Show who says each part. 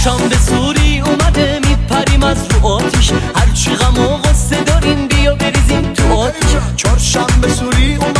Speaker 1: چهارشنبه سوری اومده میپریم از رو آتیش، هرچی غم و غصه داریم بیا بریزیم تو آتیش.
Speaker 2: چهارشنبه سوری